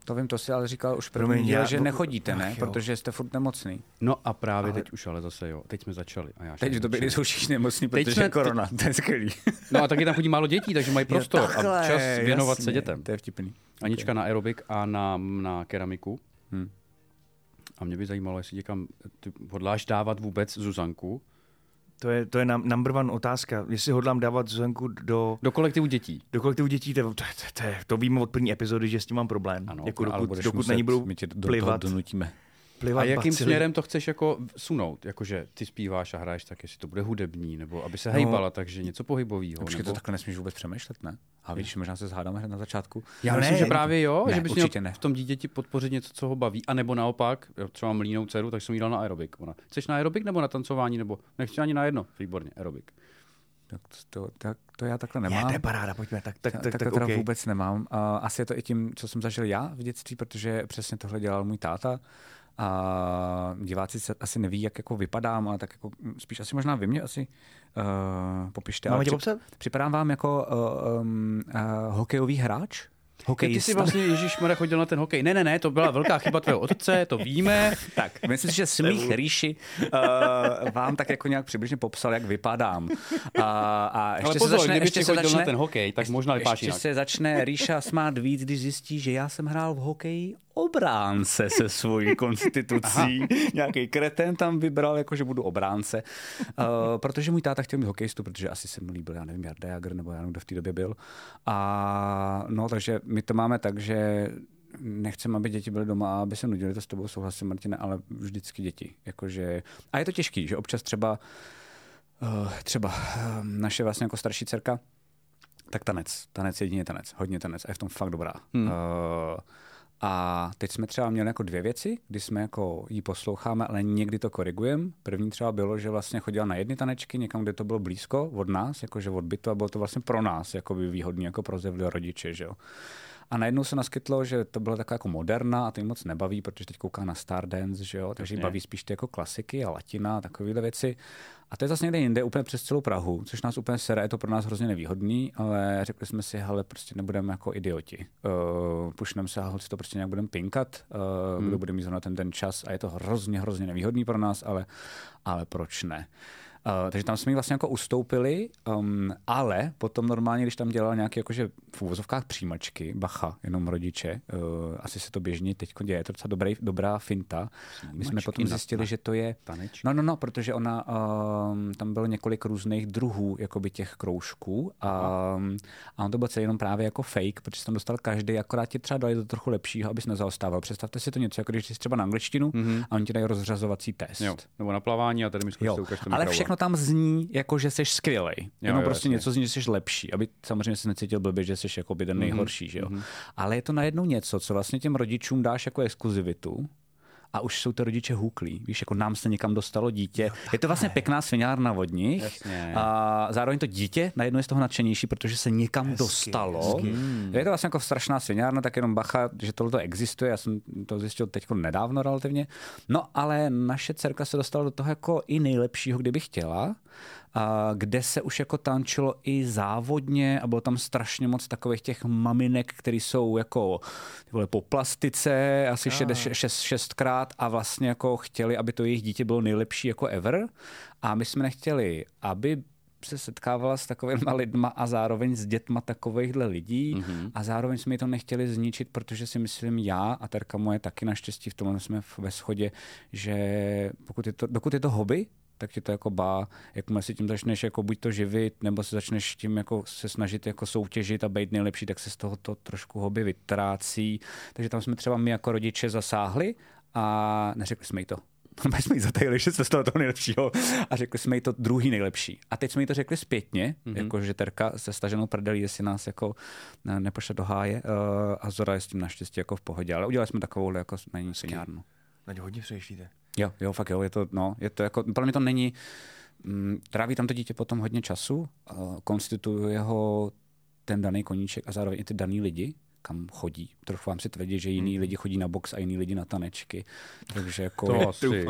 To vím, to si ale říkal už Promiň, první díl, já- že nechodíte, ne? Ach, jo. Protože jste furt nemocný. No a právě teď už ale zase jo. Teď jsme začali. A já Teď v době, kdy jsou všichni nemocní, protože jsme- je korona. To je skvělý. No a taky tam chodí málo dětí, takže mají prostor a čas věnovat se dětem. To je vtipný. Anička na aerobik a na keramiku. A mě by zajímalo, jestli někam ty hodláš dávat vůbec Zuzanku. To je number one otázka. Jestli hodlám dávat Zuzanku do kolektivu dětí. Do kolektivu dětí, to víme od první epizody, že s tím mám problém. Ano, jako Ale dokud na ní budou my tě do toho plivat donutíme. A jakým bacily. směrem to chceš jako sunout? Jakože ty zpíváš a hraješ, tak jestli to bude hudební, nebo aby se hejbala, takže něco pohybového. Počkej, to takhle nesmíš vůbec přemýšlet, ne? A víš, možná se zhádáme hned na začátku. Já myslím, že právě jo, Ne, že bys určitě měl ne. v tom dítěti podpořit něco, co ho baví, a nebo naopak, jo, třeba mám línou dceru, tak jsem jí dal na aerobik. Ona, chceš na aerobik nebo na tancování, nebo nechci ani na jedno? Výborně, aerobik. Tak to já takhle Je, nemám. to je paráda, pojďme, tak to teda okay. vůbec nemám. Asi je to i tím, co jsem zažil já v dětství, protože přesně tohle dělal můj táta. A diváci se asi neví, jak jako vypadám, ale tak jako spíš asi možná vy mě asi popište. Máme Ale tě popsat? Připadám vám jako hokejový hráč? Ty Hokejista? jsi vlastně Ježíšmarja chodil na ten hokej. Ne, to byla velká chyba tvého otce, to víme. Tak, myslím si, že Smích Ríši vám tak jako nějak přibližně popsal, jak vypadám. A ještě Ale pozor, se začne, kdyby ještě si se chodil začne, na ten hokej, tak možná vypadáš ještě jinak. se začne Ríša smát víc, když zjistí, že já jsem hrál v hokeji obránce se svojí konstitucí. Nějaký kretén tam vybral, jako že budu obránce. Protože můj táta chtěl mít hokejistu, protože asi se mu líbil, já nevím, Jarda Jágr, nebo já nevím, kdo v té době byl. A no, takže my to máme tak, že nechceme, aby děti byly doma a aby se nudili, to s tebou souhlasím, Martine, ale vždycky děti. Jakože, a je to těžký, že občas třeba naše vlastně jako starší dcerka, tak tanec, jedině tanec, hodně tanec a je v tom fakt dobrá. A teď jsme třeba měli jako 2 věci, kdy jsme jako jí posloucháme, ale někdy to korigujeme. První třeba bylo, že vlastně chodila na jedny tanečky někam, kde to bylo blízko od nás, jakože od bytu, a bylo to vlastně pro nás jako by výhodný, jako pro zevlé rodiče, že jo. A najednou se naskytlo, že to bylo taková jako moderna a to jí moc nebaví, protože teď kouká na Stardance, že jo, takže jí baví spíš ty jako klasiky a latina a takovéhle věci. A to je zase někde jinde, úplně přes celou Prahu, což nás úplně sere, je to pro nás hrozně nevýhodný, ale řekli jsme si, hele, prostě nebudeme jako idioti. Pušneme se a holci to prostě nějak budeme pinkat, kdo bude mít zrovna ten čas a je to hrozně nevýhodný pro nás, ale proč ne? Takže tam jsme jí vlastně jako ustoupili, ale potom normálně, když tam dělal nějaké jakože v uvozovkách přijímačky, bacha, jenom rodiče, asi se to běžně teď děje, je to docela dobrá finta. My jsme potom zjistili, že to je... No, protože ona, tam bylo několik různých druhů jakoby těch kroužků a on to byl celý jenom právě jako fake, protože se tam dostal každý, akorát ti třeba dali to trochu lepšího, abys nezaostával. Představte si to něco, jako když jsi třeba na angličtinu a oni ti dají rozřazovací test. Jo, nebo na plavání a tady mi zkusíte ukážte ale všechno tam zní, jako že jsi skvělej. Jenom prostě jasně. něco zní, že jsi lepší. Aby samozřejmě se necítil blbě, že jsi jako by ten nejhorší. Že jo? Ale je to najednou něco, co vlastně těm rodičům dáš jako exkluzivitu. A už jsou to rodiče hůklí. Víš, jako nám se někam dostalo dítě. Je to vlastně pěkná sviňárna od nich. Jasně. A zároveň to dítě najednou je z toho nadšenější, protože se někam dostalo. Je to vlastně jako strašná sviňárna, tak jenom bacha, že tohle existuje. Já jsem to zjistil teď nedávno relativně. No, ale naše dcerka se dostala do toho jako i nejlepšího, kdyby chtěla. Kde se už jako tančilo i závodně a bylo tam strašně moc takových těch maminek, které jsou jako po plastice asi 6krát a vlastně jako chtěli, aby to jejich dítě bylo nejlepší jako ever. A my jsme nechtěli, aby se setkávala s takovýma lidma a zároveň s dětma takovejhle lidí a zároveň jsme to nechtěli zničit, protože si myslím já a terka moje taky naštěstí v tomhle jsme ve shodě, že dokud je to hobby, tak ti to jako jakmile si tím začneš jako buď to živit, nebo se začneš tím jako se snažit jako soutěžit a být nejlepší, tak se z toho to trošku hobby vytrácí. Takže tam jsme třeba my jako rodiče zasáhli a neřekli jsme jí to. My jsme jí zatajili, že se z toho nejlepšího a řekli jsme jí to druhý nejlepší. A teď jsme jí to řekli zpětně, jako že terka se staženou prdelí, jestli nás jako nepošle do háje a Zora je s tím naštěstí jako v pohodě. Ale udělali jsme takovou jako na ní sviňárnu. Na ně hodně přemýšlíte. Jo, fakt jo, je to jako, pro mě to není, tráví tam to dítě potom hodně času, konstituuje ho ten daný koníček a zároveň i ty daný lidi, kam chodí. Trochu vám si tvrdí, že jiný lidi chodí na box a jiný lidi na tanečky. Takže jako to asi,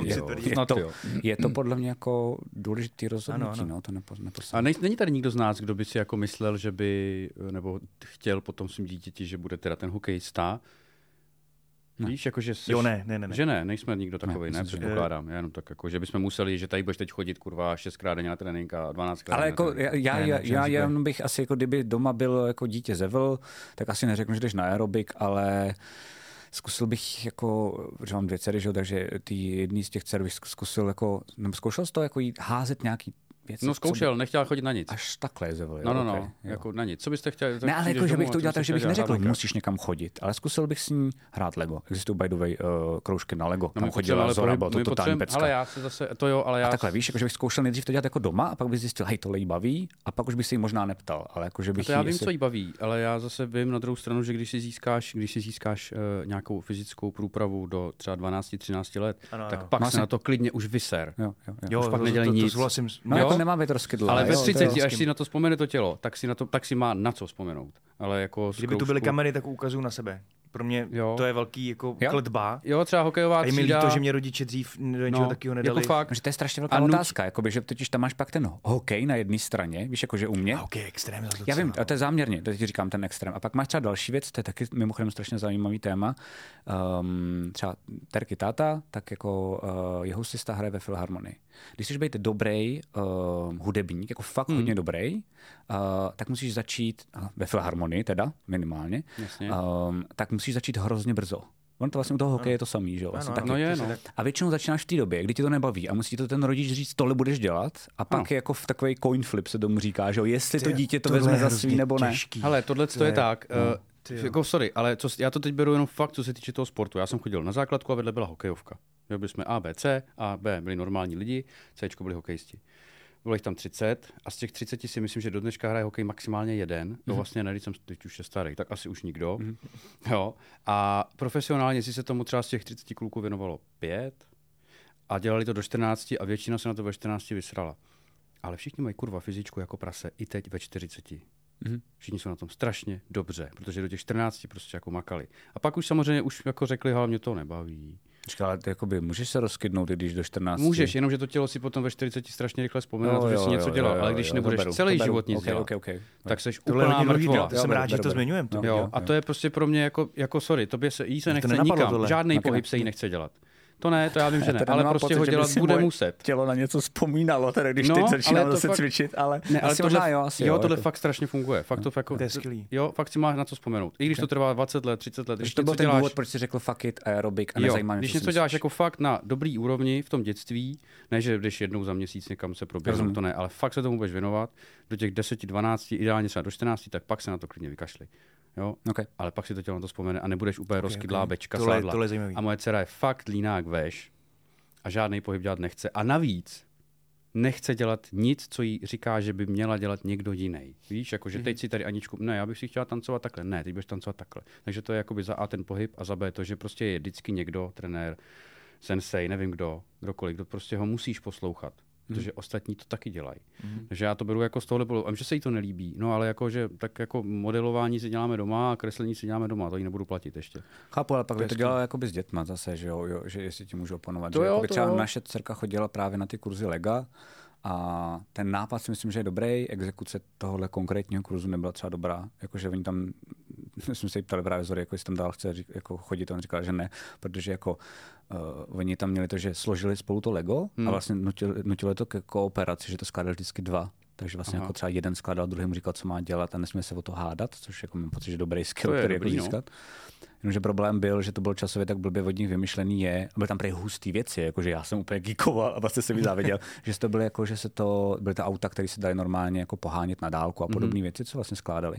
je to podle mě jako důležitý rozhodnutí. Ano. No, to a není tady nikdo z nás, kdo by si jako myslel, že by, nebo chtěl potom svým dítěti, že bude teda ten hokejista, Víš, jako, že Jo, ne. Že nejsme nikdo takový, ne, předpokládám. Já jenom tak jako, že bychom museli, že tady budeš teď chodit, kurva, 6krát denně na trénink a 12krát. Ale jako já jenom bych asi, jako kdyby doma byl jako dítě zevl, tak asi neřeknu, že jdeš na aerobik, ale zkusil bych jako, že mám 2 dcery, že? Takže ty jedný z těch dcer bych zkusil jako, nebo zkoušel jsi to jako jít házet nějaký věci? No zkoušel, nechtěl chodit na nic. Až takhle zevl. No, okay, jako na nic. Co byste chtěli? Ne, ale jako, že bych to udělal tak, že bych neřekl, musíš někam chodit, ale zkusil bych s ní hrát Lego. Existují by the way kroužky na Lego. Tam chodila Zora, bylo to totální pecka. Ale já se zase, to jo, ale já... A takhle, víš, jako, že bych zkoušel nejdřív to dělat jako doma a pak bych zjistil, hej, tohle jí baví a pak už bych se jí možná neptal, ale jako, že bych já vím, co jí baví, ale já zase vím na druhou stranu, že když si získáš nějakou fyzickou průpravu do třeba 12-13 let, tak pak se na to klidně už vyser. Jo, už pak nedělej nic. No, jako nemá větroskydla. Ale ve 30, až si na to vzpomene to tělo, tak si má na co vzpomenout. Ale jako kdyby tu byly kamery, tak ukazuju na sebe. Pro mě to je velký jako kletba. Jo, třeba hokejová třída. A je mi líto, že mě rodiče dřív do něčeho takového nedali. Jako fakt. Že to je strašně velká otázka, jakoby, že totiž tam máš pak ten hokej na jedné straně, víš, jako že u mě. Hokej extrém. Já vím, a to je záměrně, to ti říkám ten extrém. A pak máš třeba další věc, to je taky mimochodem strašně zajímavý téma. Třeba Terky táta, tak jako jeho husista hraje ve filharmonii. Když chceš být dobrý hudebník, jako fakt hodně dobrý, tak musíš začít ve filharmonii teda minimálně. Tak musíš začít hrozně brzo. On to vlastně u toho hokeje je to samý, že jo? Vlastně A většinou začínáš v té době, kdy ti to nebaví a musí to ten rodič říct, tohle budeš dělat a pak je jako v takový coin flip se tomu říká, že jo? Jestli to dítě to vezme za svý nebo ne. Hele, tohle to je tak. Jako sorry, ale já to teď beru jenom fakt, co se týče toho sportu. Já jsem chodil na základku a vedle byla hokejovka. Byli jsme A, B, C, A, B byli normální lidi, Cčko byli hokejisti. Bylo jich tam 30 a z těch 30 si myslím, že do dneška hraje hokej maximálně jeden. To vlastně ne, když jsem teď už je starý, tak asi už nikdo. Jo. A profesionálně si se tomu třeba z těch 30 kluků věnovalo 5 a dělali to do 14 a většina se na to ve 14 vysrala. Ale všichni mají kurva fyzičku jako prase i teď ve 40. Všichni jsou na tom strašně dobře, protože do těch 14 prostě jako makali. A pak už samozřejmě už jako řekli, ale mě to nebaví. Ale ty můžeš se rozkydnout, když do 14. Můžeš, jenomže to tělo si potom ve 40 strašně rychle vzpomene, že si něco dělal, ale když nebudeš celý život nic dělat, tak seš úplná mrtvola. Jsem rád, že to zmiňujeme. A to je prostě pro mě jako sorry, tobě se jí se nechce nikam, žádný pohyb se jí nechce dělat. To ne, to já vím, že ne, ale prostě pocit, ho dělat bude muset. Tělo na něco vzpomínalo, teda když teď začínám zase cvičit, ale asi možná jo, asi jo. Tohle fakt strašně funguje. Fakt to jako, to je skvělý. Jo, fakt si máš na co vzpomenout. I když to trvá 20 let, 30 let. Když to byl ten důvod, proč jsi řekl fuck it, aerobik a nezajímá mě. Když něco děláš jako fakt na dobrý úrovni v tom dětství, ne, že jdeš jednou za měsíc někam se proběhnout, to ne, ale fakt se tomu budeš věnovat do těch 10, 12, ideálně třeba do 14, tak pak se na to klidně vykašli. Jo? Ale pak si to tělo na to vzpomene a nebudeš úplně rozkydlá bečka sádla. A moje dcera je fakt línák veš. A žádný pohyb dělat nechce. A navíc nechce dělat nic, co jí říká, že by měla dělat někdo jiný. Víš, jakože teď si tady Aničku, ne, já bych si chtěla tancovat takhle. Ne, teď budeš tancovat takhle. Takže to je jakoby za A ten pohyb a za B to, že prostě je vždycky někdo, trenér, sensei, nevím kdokoliv, kdo prostě ho musíš poslouchat. Protože ostatní to taky dělají. Takže já to beru jako z tohohle pohledu. Vím, že se jí to nelíbí, no ale jako, že tak jako modelování si děláme doma a kreslení si děláme doma, to jí nebudu platit ještě. Chápu, ale pak by to dělalo jakoby s dětma zase, že jo, že jestli ti můžu oponovat. To že třeba naše dcerka chodila právě na ty kurzy Lega a ten nápad si myslím, že je dobrý, exekuce tohohle konkrétního kurzu nebyla třeba dobrá, jakože oni tam, jsme se jí ptali právě Zory, jako jestli tam dál chce jako chodit, on říkal, že ne, protože jako oni tam měli to, že složili spolu to Lego a vlastně nutili to ke kooperaci, že to skládali vždycky 2. Takže vlastně jako třeba jeden skládal, druhý mu říkal, co má dělat a nesmí se o to hádat, což jako mám pocit, že dobrý skill, který jako získat. Jenomže problém byl, že to bylo časově tak blbě od nich vymyšlený a byly tam prej hustý věci, jakože já jsem úplně geekoval a vlastně se mi záviděl, že to byly jako, že se to byly ta auta, které se daly normálně jako pohánět na dálku a podobné věci, co vlastně skládali.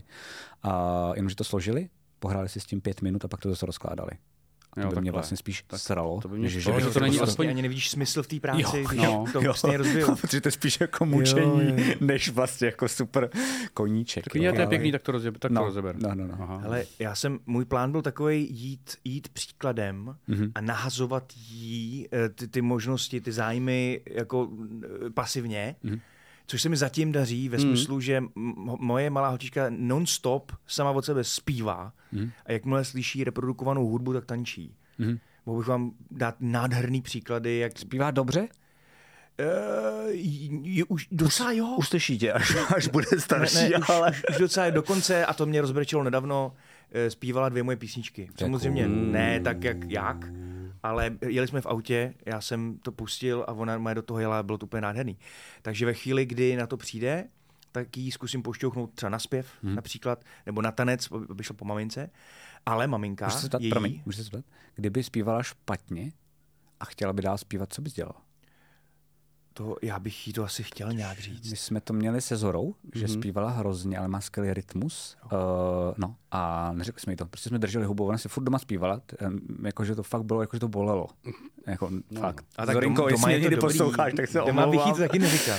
A jenomže to složili, pohráli si s tím 5 minut a pak to zase rozkládali. To by mě vlastně spíš sralo. Že to není aspoň ani nevidíš smysl v té práci, když to vlastně rozbijou. Protože to je spíš jako mučení, než vlastně jako super koníček. Tak to je pěkný, tak to rozeber. No. Ale můj plán byl takovej jít příkladem a nahazovat jí ty možnosti, ty zájmy jako pasivně. Což se mi zatím daří ve smyslu, že moje malá holčička non-stop sama od sebe zpívá a jakmile slyší reprodukovanou hudbu, tak tančí. Mohl bych vám dát nádherný příklady, jak... Zpívá dobře? Už docela jo. Uslyší tě, až bude starší, ale... Už docela dokonce, a to mě rozbrečelo nedávno, zpívala 2 moje písničky. Samozřejmě ne tak, jak, ale jeli jsme v autě, já jsem to pustil a ona mě do toho jela, bylo to úplně nádherný. Takže ve chvíli, kdy na to přijde, tak ji zkusím pošťouchnout třeba na zpěv například, nebo na tanec, aby šlo po mamince, ale maminka můžeš se zeptat, kdyby zpívala špatně a chtěla by dál zpívat, co bys dělala? To, já bych jí to asi chtěl nějak říct. My jsme to měli se Zorou, že zpívala hrozně, ale má skvělý rytmus. No a neřekli jsme jí to. Prostě jsme drželi hubu, ona si furt doma zpívala, jakože to fakt bylo, jakože to bolelo. Jako, fakt. A tak Zorinko, jestli mě někdy posloucháš, tak se omlouvám. Doma bych jí to taky neříkal.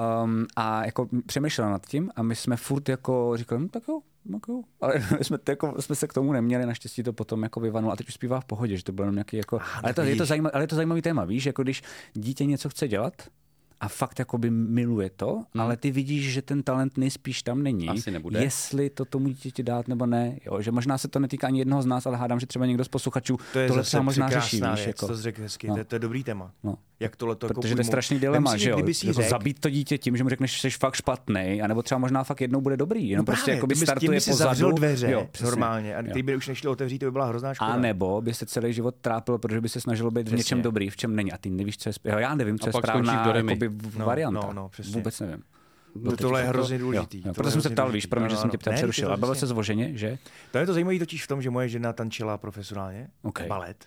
A jako přemýšlela nad tím a my jsme furt jako říkali, tak jo. Ale jsme se k tomu neměli, naštěstí to potom jako vyvanul a teď už zpívá v pohodě, že to bylo nějaký jako, ale je to zajímavý téma, víš, jako když dítě něco chce dělat a fakt jakoby miluje to, ale ty vidíš, že ten talent nejspíš tam není. Asi nebude. Jestli to tomu dítěti dát nebo ne, jo, že možná se to netýká ani jednoho z nás, ale hádám, že třeba někdo z posluchačů tohle třeba možná řeší, víš, jako. To jsi řekl hezky, to je dobrý téma. No. Jak tohle to protože to je strašný dilema, že jo, jako zabít to dítě tím, že mu řekneš, že jsi fakt špatnej, anebo třeba možná fakt jednou bude dobrý, jenom prostě jakoby startuje pozadu, dveře, jo, normálně, a kdyby už nešli otevřít, to by byla hrozná škoda. A nebo by se celý život trápil, protože by se snažil být v něčem dobrý, v čem není, a ty nevíš, co je, já nevím, co je správná varianta. Vůbec nevím. Tohle je hrozně důležitý. Proto jsem se ptal, víš, promiň, že jsem tě přerušil. A bavil se zvoženě, že? To je to zajímavé totiž v tom, že moje žena tančila profesionálně, balet.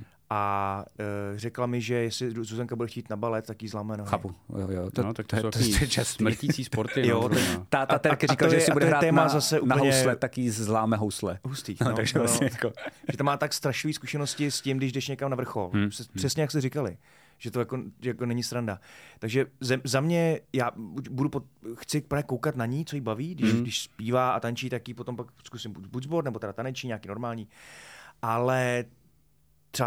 A řekla mi, že jestli Zuzanka bude chtít na balet, tak jí zláme nohy. Chápu. Jo. Tak to jsou smrtící sporty. Jo, táta Terky říkal, že si bude hrát na housle, tak jí zláme housle. Hustý. Takže vlastně jako... Že tam má tak strašlivé zkušenosti s tím, když jdeš někam na vrchol. Přesně jak jste říkali. Že to jako není sranda. Takže za mě, já chci právě koukat na ní, co jí baví, když zpívá a tančí, tak jí potom pak zkusím buď sport, nebo teda taneční, nějaký normální. Ale třeba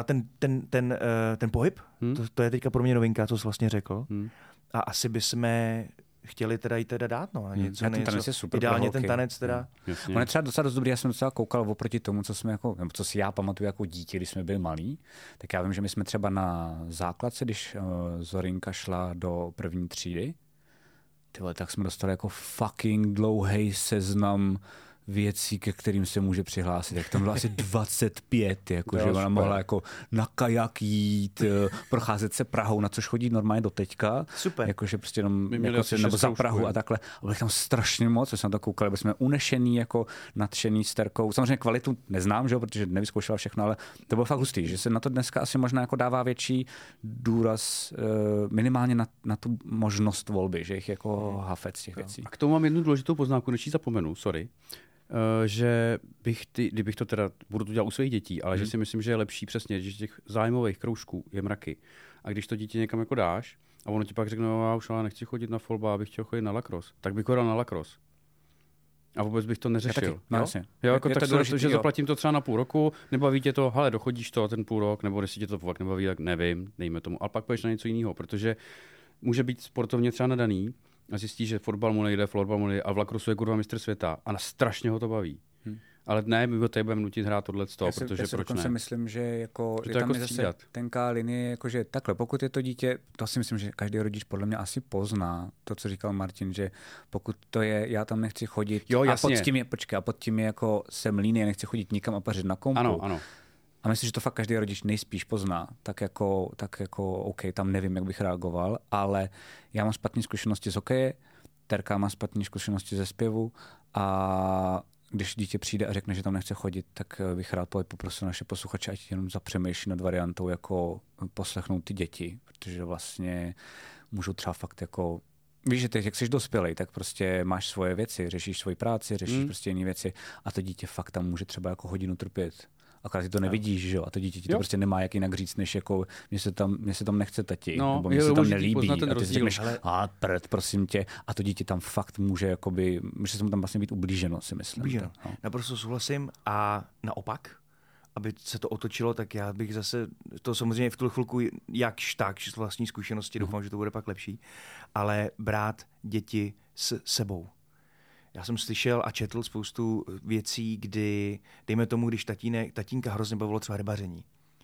ten pohyb, to je teďka pro mě novinka, co jsi vlastně řekl. A asi bychom chtěli teda jít dát, no. Ten tanec je super. Ideálně ten tanec teda. On je třeba docela dost dobrý, já jsem docela koukal oproti tomu, co jsme jako, nebo co si já pamatuju jako dítě, když jsme byli malí, tak já vím, že my jsme třeba na základce, když Zorinka šla do 1. třídy, tak jsme dostali jako fucking dlouhý seznam věcí, ke kterým se může přihlásit. Tak tam bylo asi 25, jako, že ona mohla jako na kajak jít, procházet se Prahou, na což chodí normálně do teďka. Super. Jakože prostě jenom jako nebo za Prahu a takhle. A bylo tam strašně moc, co jsme na to koukali, byli jsme unešený, jako nadšený s Terkou. Samozřejmě kvalitu neznám, že? Protože nevyzkoušela všechno, ale to bylo fakt hustý, že se na to dneska asi možná jako dává větší důraz minimálně na tu možnost volby, že jich jako hafec těch věcí. A k tomu mám jednu důležitou poznámku, než ji zapomenu, sorry. Že kdybych to teda, budu to dělat u svých dětí, ale že si myslím, že je lepší přesně, že těch zájmových kroužků je mraky. A když to dítě někam jako dáš a ono ti pak řekne, no já už ale nechci chodit na fotbal, abych chtěl chodit na lacrosse, tak bych ho dal na lacrosse. A vůbec bych to neřešil. Jo, jako tak důležitý, že zaplatím to třeba na půl roku, nebaví tě to, hele, dochodíš to ten půl rok, nebo jestli tě to fakt nebaví, tak nevím, dejme tomu. A pak půjdeš na něco jiného, protože může být sportovně třeba nadaný, a zjistí, že fotbal mu nejde, florbal mu nejde a v lacrossu je kurva mistr světa a strašně ho to baví. Ale ne, my ho tady budeme nutit hrát tohleto, protože proč ne? Já si myslím, že jako, že tam jako je zase tenká linie, jakože takhle, pokud je to dítě, to si myslím, že každý rodič podle mě asi pozná, to, co říkal Martin, že pokud to je, já tam nechci chodit, jo, a pod tím je jako jsem líný, nechci chodit nikam a pařit na kompu. Ano. A myslím, že to fakt každý rodič nejspíš pozná, tak jako OK, tam nevím, jak bych reagoval, ale já mám špatné zkušenosti z hokeje, Terka má špatné zkušenosti ze zpěvu a když dítě přijde a řekne, že tam nechce chodit, tak bych rád poprosil naše posluchače, ať jenom zapřemýšlí nad variantou, jako poslechnout ty děti, protože vlastně můžou třeba fakt jako... Víš, že ty, jak jsi dospělej, tak prostě máš svoje věci, řešíš svoji práci, řešíš prostě jiné věci a to dítě fakt tam může třeba jako hodinu trpět. Akorát ty to nevidíš, že jo? A to dítě ti to prostě nemá jak jinak říct, než jako mě se tam nechce tati, nebo mě se tam nelíbí. A ty si řekneš, prosím tě. A to dítě tam fakt může se tam vlastně být ublíženo, si myslím. Ublíženo. No. Naprosto souhlasím a naopak, aby se to otočilo, tak já bych zase, to samozřejmě v tu chvilku jakž tak, z vlastní zkušenosti, doufám, že to bude pak lepší, ale brát děti s sebou. Já jsem slyšel a četl spoustu věcí, kdy, dejme tomu, když tatínka hrozně bavilo třeba rybaření.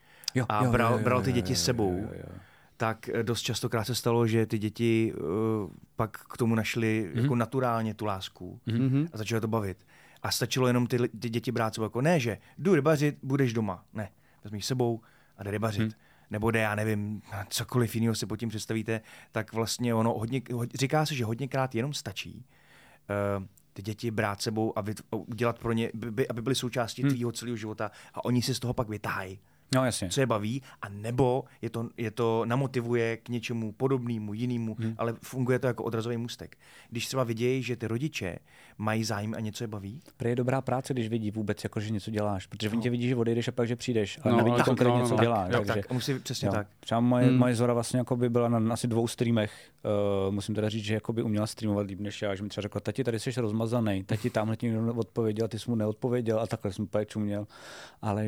A bral ty děti s sebou. Tak dost častokrát se stalo, že ty děti pak k tomu našly jako naturálně tu lásku a začaly to bavit. A stačilo jenom ty děti brát sebou, jako ne, že jdu rybařit, budeš doma. Ne, vezmeš sebou a jde rybařit. Nebo jde, já nevím, cokoliv jiného si pod tím představíte, tak vlastně ono říká se, že hodněkrát jenom stačí ty děti brát sebou a udělat pro ně, aby byly součástí tvýho celého života a oni si z toho pak vytáhají. No, jasně. Co je baví, a nebo je to namotivuje k něčemu podobnému, jinému, ale funguje to jako odrazový můstek. Když třeba vidějí, že ty rodiče mají zájem a něco je baví. Prý je dobrá práce, když vidí vůbec, jako, že něco děláš, protože oni tě vidí, že odejdeš a pak, že přijdeš, ale nevidí konkrétně něco děláš. Tak, musí přesně tak. Třeba moje Zora vlastně jako by byla na asi 2 streamech. Musím teda říct, že jako by uměla streamovat líp než já, že mi třeba řekla, tati, tady jsi rozmazaný, tati, tamhle ti někdo odpověděl, ty jsi mu neodpověděl a takhle jsem úplně čuměl. Ale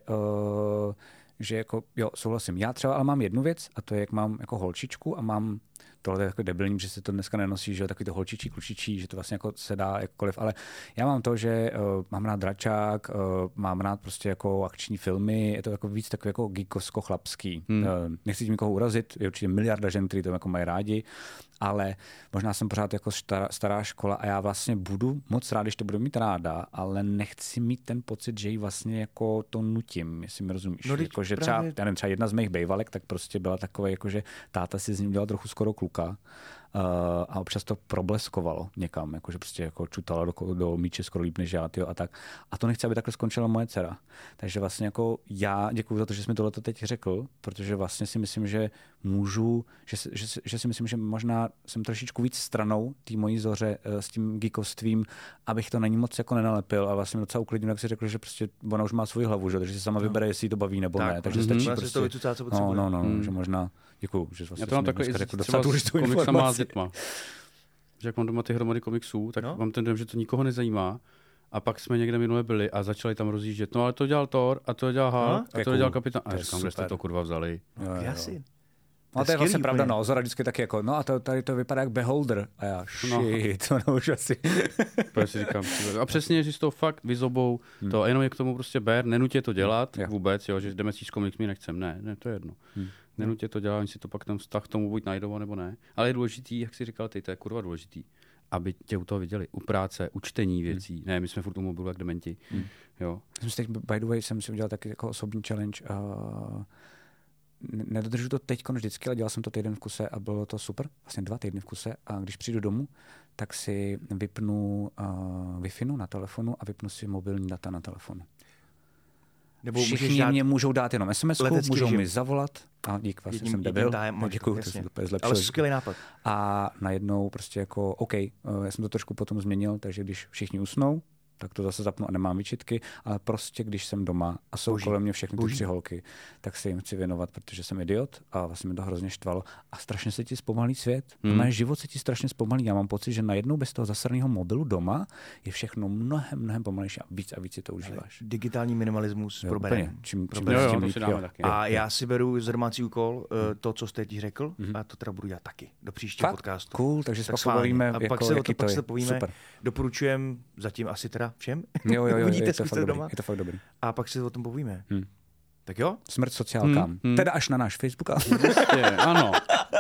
že jako, jo, souhlasím. Já třeba ale mám jednu věc a to je, jak mám jako holčičku a mám, tohle je takový debilní, že se to dneska nenosí, že takový to holčičí, klučičí, že to vlastně jako se dá jakkoliv, ale já mám to, že mám rád dračák, mám rád prostě jako akční filmy, je to jako víc takový jako geekovsko-chlapský. Nechci tím nikoho urazit, je určitě miliarda žen, kteří to jako mají rádi, ale možná jsem pořád jako stará škola a já vlastně budu moc rád, když to budu mít ráda, ale nechci mít ten pocit, že ji vlastně jako to nutím, jestli mi rozumíš. No, jako, že třeba jedna z mých bejvalek, tak prostě byla takové, jako, že táta si z ní udělal trochu skoro kluka a občas to probleskovalo někam, jako, že prostě jako čutala do míče skoro líp než já, tyjo, a tak. A to nechci, aby takhle skončila moje dcera. Takže vlastně jako já děkuju za to, že jsi mi tohleto teď řekl, protože vlastně si myslím, že můžu, že si myslím, že možná jsem trošičku víc stranou té mojí Zoře s tím geekovstvím, abych to na ní moc jako nenalepil a vlastně docela uklidnil, jak si řekl, že prostě ona už má svoji hlavu, že, takže si sama vybere, jestli jí to baví nebo ne. Takže stačí prostě. Že možná děkuju, že vlastně. Já to mám takhle třeba s komiksama s dětma. Že jak mám doma ty hromady komiksů, tak mám ten dojem, že to nikoho nezajímá. A pak jsme někde minule byli a začali tam rozjíždět. No ale to dělal Thor a to dělal Hulk a to dělal Kapitán. A říkám, kde jste to kurva vzali. Jasně. No to je vlastně pravda, no, Zora vždycky taky jako, no a tady to vypadá jak Beholder. A já, to už asi. Si říkám, a přesně, že si to fakt vyzobou, to jenom je k tomu prostě ber, nenutě to dělat vůbec, jo, že jdeme si s komiks, my nechcem, ne, to je jedno. Nenutě to dělat, oni si to pak tam vztah k tomu buď najdou, nebo ne. Ale je důležitý, jak jsi říkal ty, to je kurva důležitý, aby tě u toho viděli, u práce, u čtení věcí. Ne, my jsme furt u mobilu jak dementi. Jo. By the way, jsem si udělal taky jako osobní challenge. Nedodržu to teď vždycky, ale dělal jsem to týden v kuse a bylo to super, vlastně 2 týdny v kuse a když přijdu domů, tak si vypnu Wi-Fi na telefonu a vypnu si mobilní data na telefonu. Nebo všichni mě můžou dát jenom SMS-ku, můžou mi zavolat a dík, vlastně jsem debil. Děkuju, to se to zlepšilo. Ale skvělý nápad. A najednou prostě jako, OK, já jsem to trošku potom změnil, takže když všichni usnou, tak to zase zapnu a nemám výčitky, ale prostě když jsem doma a jsou kolem mě všechny ty 3 holky, tak se jim chci věnovat, protože jsem idiot a vlastně mi to hrozně štvalo a strašně se ti zpomalí svět. Náš život se ti strašně zpomalí. Já mám pocit, že najednou bez toho zasraného mobilu doma je všechno mnohem pomalejší a víc si to užíváš. Digitální minimalismus probereme. A já si beru z domácí úkol to, co jste teď řekl, a to teda budu dělat taky do příštího podcastu. Cool, takže se pak povíme, pak se povíme. Doporučujem zatím asi teda všem. Jo, Uvidíte, je to fakt dobrý. A pak si o tom povíme. Tak jo? Smrt sociálkám. Teda až na náš Facebook. Ano.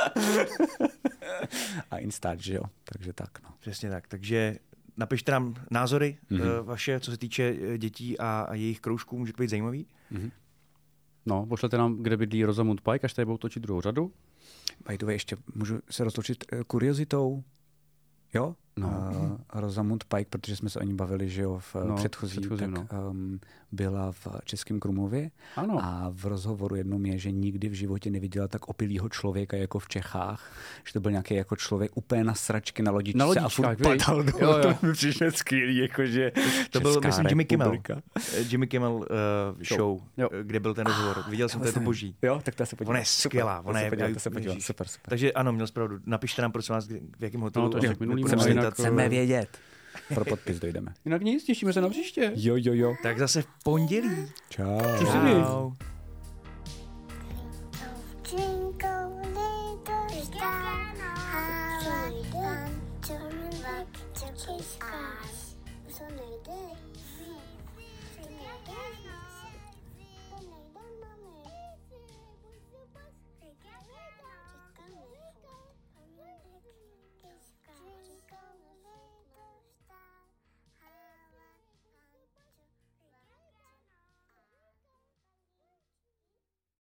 A Instač, že jo? Takže tak, no. Přesně tak. Takže napište nám názory vaše, co se týče dětí a jejich kroužků. Může to být zajímavý. No, pošlete nám, kde bydlí Rosamund Pike, až tady budou točit druhou řadu. By the way, ještě můžu se roztočit kuriozitou. Jo? Rosamund Pike, protože jsme se o ní bavili, že jo, v předchozí tak byla v Českém Krumlově a v rozhovoru jednom je, že nikdy v životě neviděla tak opilýho člověka jako v Čechách, že to byl nějaký jako člověk úplně na sračky na lodičce a furt padal dolů. To mi přišlo skvělý, jakože to byl, myslím, Jimmy Kimmel show, kde byl ten rozhovor. Viděl jsem, to je to boží. Jo, tak to se podívám. Ona je skvělá. Super. Takže ano, měl jsi pravdu. Napište nám, prosím vás, v jakém hotelu. Chceme vědět. Pro podpis dojdeme. Jinak nic, těšíme se na příště. Jo. Tak zase v pondělí. Čau.